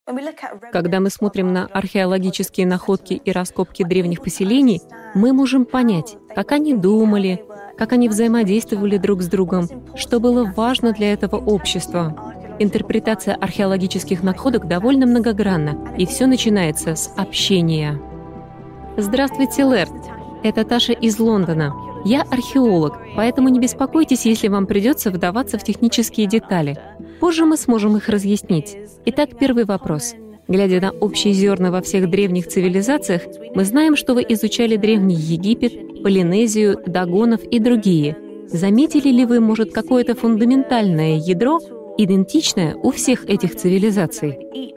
Когда мы смотрим на археологические находки и раскопки древних поселений, мы можем понять, как они думали, как они взаимодействовали друг с другом, что было важно для этого общества. Интерпретация археологических находок довольно многогранна, и все начинается с общения. Здравствуйте, Лэрд. Это Таша из Лондона. Я археолог, поэтому не беспокойтесь, если вам придется вдаваться в технические детали. Позже мы сможем их разъяснить. Итак, первый вопрос. Глядя на общие зерна во всех древних цивилизациях, мы знаем, что вы изучали Древний Египет, Полинезию, Дагонов и другие. Заметили ли вы, может, какое-то фундаментальное ядро, идентичное у всех этих цивилизаций?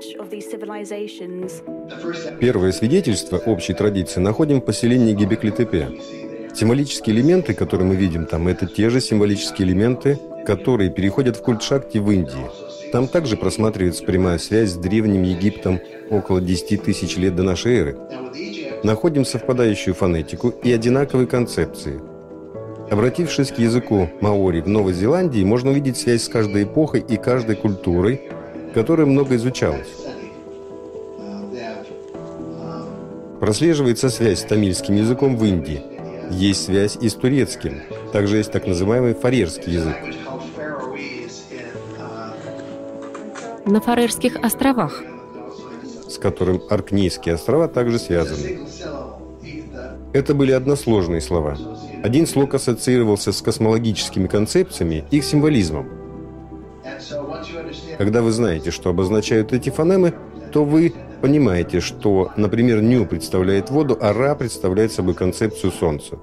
Первое свидетельство общей традиции находим в поселении Гебекли-Тепе. Символические элементы, которые мы видим там, это те же символические элементы, которые переходят в культ Шакти в Индии. Там также просматривается прямая связь с Древним Египтом около 10 тысяч лет до нашей эры. Находим совпадающую фонетику и одинаковые концепции. Обратившись к языку маори в Новой Зеландии, можно увидеть связь с каждой эпохой и каждой культурой, которая много изучалась. Прослеживается связь с тамильским языком в Индии. Есть связь и с турецким. Также есть так называемый фарерский язык. На Фарерских островах, с которым Оркнейские острова также связаны. Это были односложные слова. Один слог ассоциировался с космологическими концепциями, их символизмом. Когда вы знаете, что обозначают эти фонемы, то вы понимаете, что, например, Ню представляет воду, а Ра представляет собой концепцию Солнца.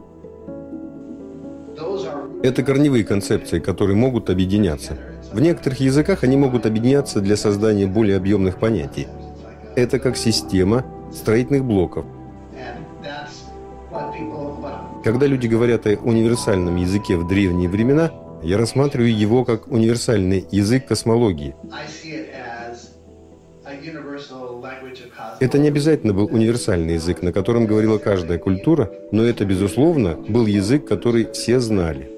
Это корневые концепции, которые могут объединяться. В некоторых языках они могут объединяться для создания более объемных понятий. Это как система строительных блоков. Когда люди говорят о универсальном языке в древние времена, я рассматриваю его как универсальный язык космологии. Это не обязательно был универсальный язык, на котором говорила каждая культура, но это, безусловно, был язык, который все знали.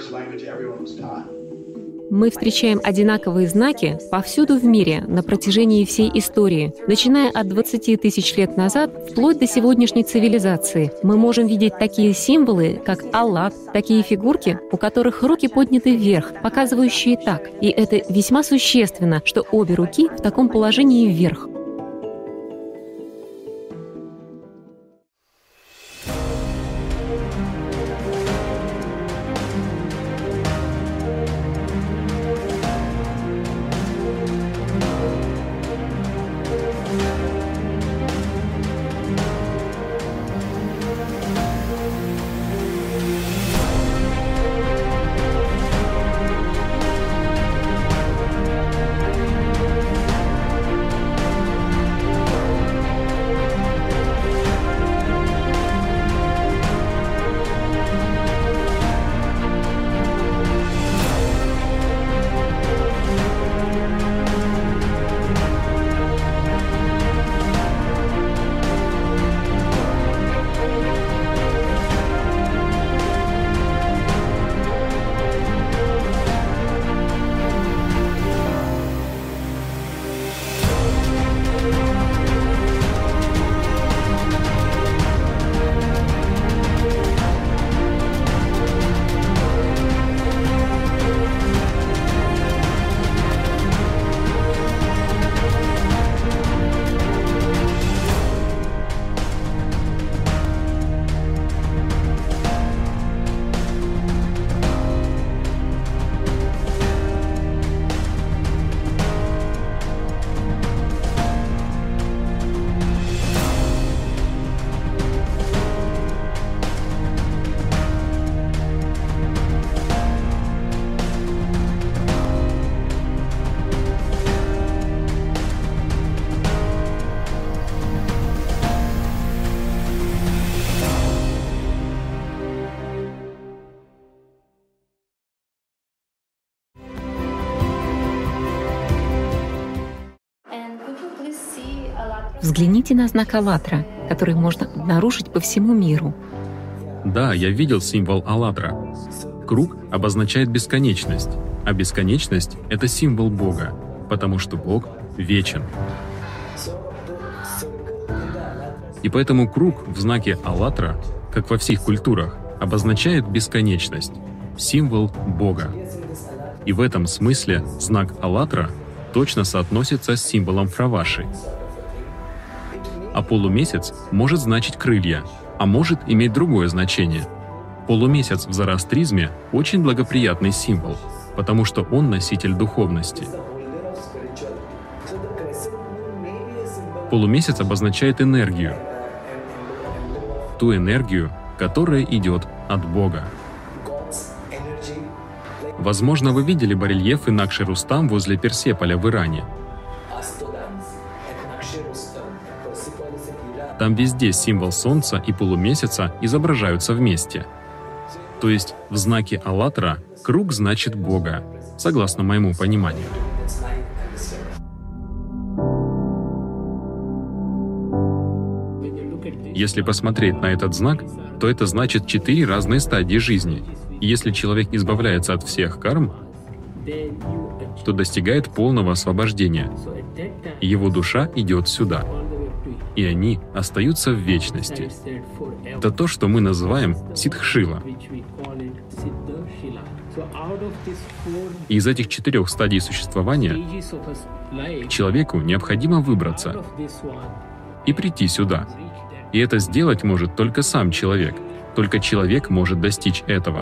мы встречаем одинаковые знаки повсюду в мире на протяжении всей истории, начиная от 20 тысяч лет назад вплоть до сегодняшней цивилизации. Мы можем видеть такие символы, как Аллат, такие фигурки, у которых руки подняты вверх, показывающие так. И это весьма существенно, что обе руки в таком положении вверх. Взгляните на знак АЛЛАТРА, который можно обнаружить по всему миру. Да, я видел символ АЛЛАТРА. Круг обозначает бесконечность, а бесконечность — это символ Бога, потому что Бог вечен. И поэтому круг в знаке «АЛЛАТРА», как во всех культурах, обозначает бесконечность, символ Бога. И в этом смысле знак «АЛЛАТРА» точно соотносится с символом Фраваши. А полумесяц может значить крылья, а может иметь другое значение. Полумесяц в зороастризме очень благоприятный символ, потому что он носитель духовности. Полумесяц обозначает энергию, ту энергию, которая идет от Бога. Возможно, вы видели барельефы Накши-Рустам возле Персеполя в Иране. Там везде символ Солнца и полумесяца изображаются вместе. То есть в знаке «АЛЛАТРА» круг значит Бога, согласно моему пониманию. Если посмотреть на этот знак, то это значит 4 разные стадии жизни. И если человек избавляется от всех карм, то достигает полного освобождения. Его душа идет сюда. И они остаются в вечности. Это то, что мы называем Сиддхшила. И из этих 4 стадий существования человеку необходимо выбраться и прийти сюда. И это сделать может только сам человек. Только человек может достичь этого.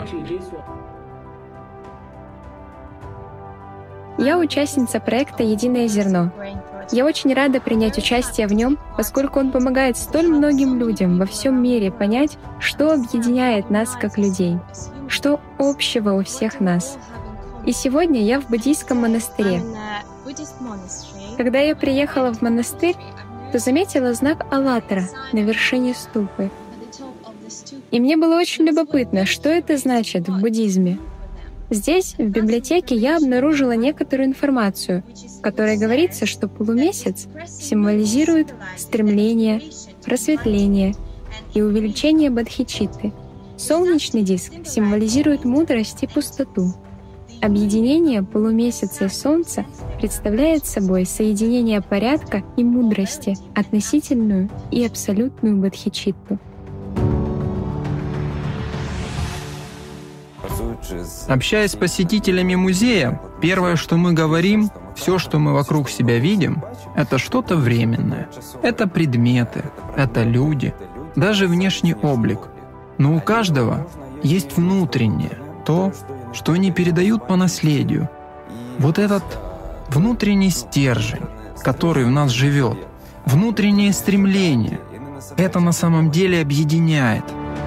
Я участница проекта «Единое зерно». Я очень рада принять участие в нем, поскольку он помогает столь многим людям во всем мире понять, что объединяет нас как людей, что общего у всех нас. И сегодня я в буддийском монастыре. Когда я приехала в монастырь, то заметила знак «АЛЛАТРА» на вершине ступы. И мне было очень любопытно, что это значит в буддизме. Здесь, в библиотеке, я обнаружила некоторую информацию, в которой говорится, что полумесяц символизирует стремление, просветление и увеличение бодхичитты. Солнечный диск символизирует мудрость и пустоту. Объединение полумесяца и Солнца представляет собой соединение порядка и мудрости, относительную и абсолютную бодхичитту. Общаясь с посетителями музея, первое, что мы говорим, все, что мы вокруг себя видим, это что-то временное. Это предметы, это люди, даже внешний облик. Но у каждого есть внутреннее, то, что они передают по наследию. Вот этот внутренний стержень, который в нас живет, внутреннее стремление, это на самом деле объединяет.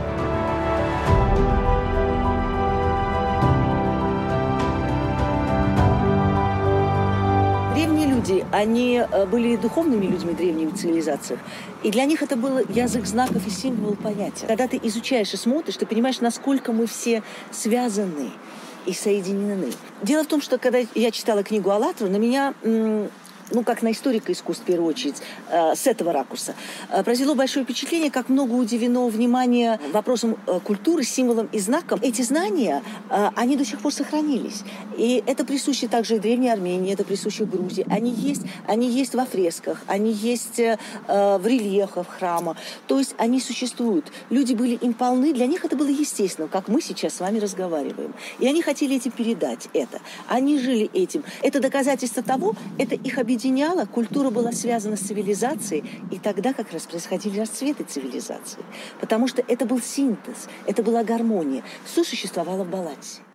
Они были духовными людьми в древних цивилизациях, и для них это был язык знаков и символ понятия. Когда ты изучаешь и смотришь, ты понимаешь, насколько мы все связаны и соединены. Дело в том, что когда я читала книгу «АЛЛАТРА», на меня, как на историка искусств в первую очередь, с этого ракурса, произвело большое впечатление, как много уделено внимания вопросам культуры, символам и знакам. Эти знания, они до сих пор сохранились. И это присуще также и Древней Армении, это присуще Грузии. Они есть во фресках, они есть в рельефах храма. То есть они существуют. Люди были им полны, для них это было естественно, как мы сейчас с вами разговариваем. И они хотели этим передать это. Они жили этим. Это доказательство того, это их объединяло, культура была связана с цивилизацией, и тогда как раз происходили расцветы цивилизации. Потому что это был синтез, это была гармония. Все существовало в балансе.